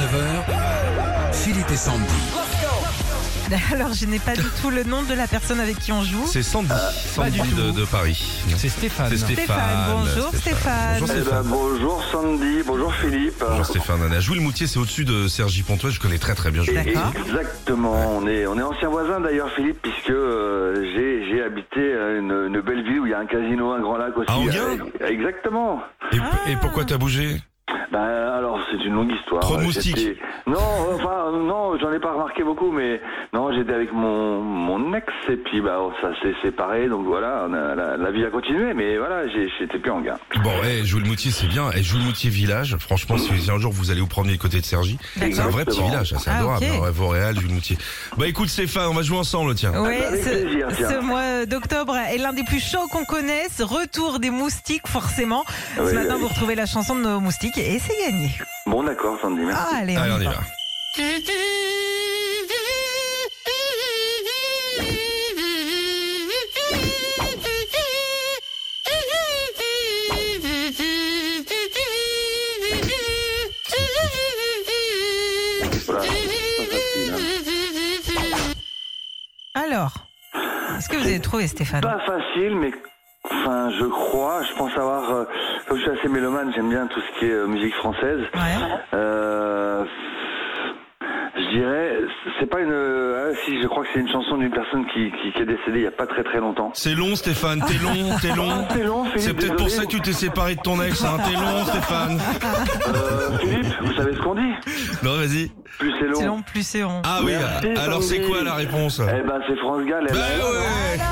6h-9h, Philippe et Sandy. Alors, je n'ai pas du tout le nom de la personne avec qui on joue. C'est Sandy, de Paris. C'est Stéphane. C'est Stéphane, bonjour Stéphane. Bonjour Eh Stéphane. ben, bonjour Sandy, bonjour Philippe. Bonjour Stéphane. Jouy-le-Moutier, c'est au-dessus de Cergy-Pontois, je connais très bien. D'accord. Exactement, on est anciens voisins d'ailleurs Philippe, puisque j'ai habité une belle ville où il y a un casino, un grand lac aussi. Ah, Anguin Exactement. Et pourquoi t'as bougé? Ben alors c'est une longue histoire. Trop de moustiques. Non, j'en ai pas remarqué beaucoup, mais non, j'étais avec mon ex et puis ça s'est séparé, donc voilà, la vie a continué, mais voilà, j'étais plus en gain. Bon, Jouy-le-Moutier, c'est bien. Jouy-le-Moutier village, franchement, si un jour vous allez au premier côté de Cergy, c'est un vrai petit village, c'est adorable. ok. Vauréal, Jouy-le-Moutier. Bah écoute Stéphane, on va jouer ensemble, tiens. Oui, avec plaisir, tiens. ce mois d'octobre est l'un des plus chauds qu'on connaisse. Retour des moustiques, forcément. Ce Oui, matin, oui. vous retrouvez la chanson de nos moustiques et c'est gagné. Bon d'accord Sandy, merci. Ah, allez, Allez, on y va. Voilà, c'est pas facile, hein. Alors, est-ce que vous avez trouvé Stéphane? Pas facile, mais enfin, je pense avoir, comme je suis assez mélomane, j'aime bien tout ce qui est musique française. Ouais. Je dirais, c'est pas si, je crois que c'est une chanson d'une personne qui est décédée il y a pas très longtemps. C'est long Stéphane, t'es long. C'est long, Philippe. C'est peut-être pour ça désolé. que tu t'es séparé de ton ex, hein. T'es long Stéphane. Philippe, vous savez ce qu'on dit? Non, vas-y. Plus c'est long. C'est long, plus c'est rond. Ah oui, Merci, alors c'est Sandy. quoi la réponse? Eh ben, c'est France Gall. Bah ouais.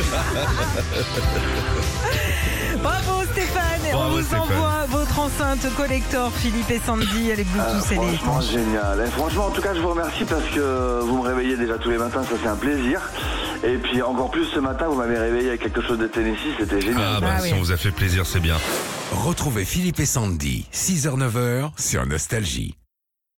Bravo Stéphane. Bravo, On vous Stéphane. envoie votre enceinte collector Philippe et Sandy. Elle est Bluetooth, elle est Franchement étanche. génial. Et franchement, en tout cas, je vous remercie parce que vous me réveillez déjà tous les matins, ça c'est un plaisir. Et puis encore plus ce matin, vous m'avez réveillé avec quelque chose de Tennessee, c'était génial. Ah bah Ah si oui. on vous a fait plaisir, c'est bien. Retrouvez Philippe et Sandy, 6h-9h, sur Nostalgie.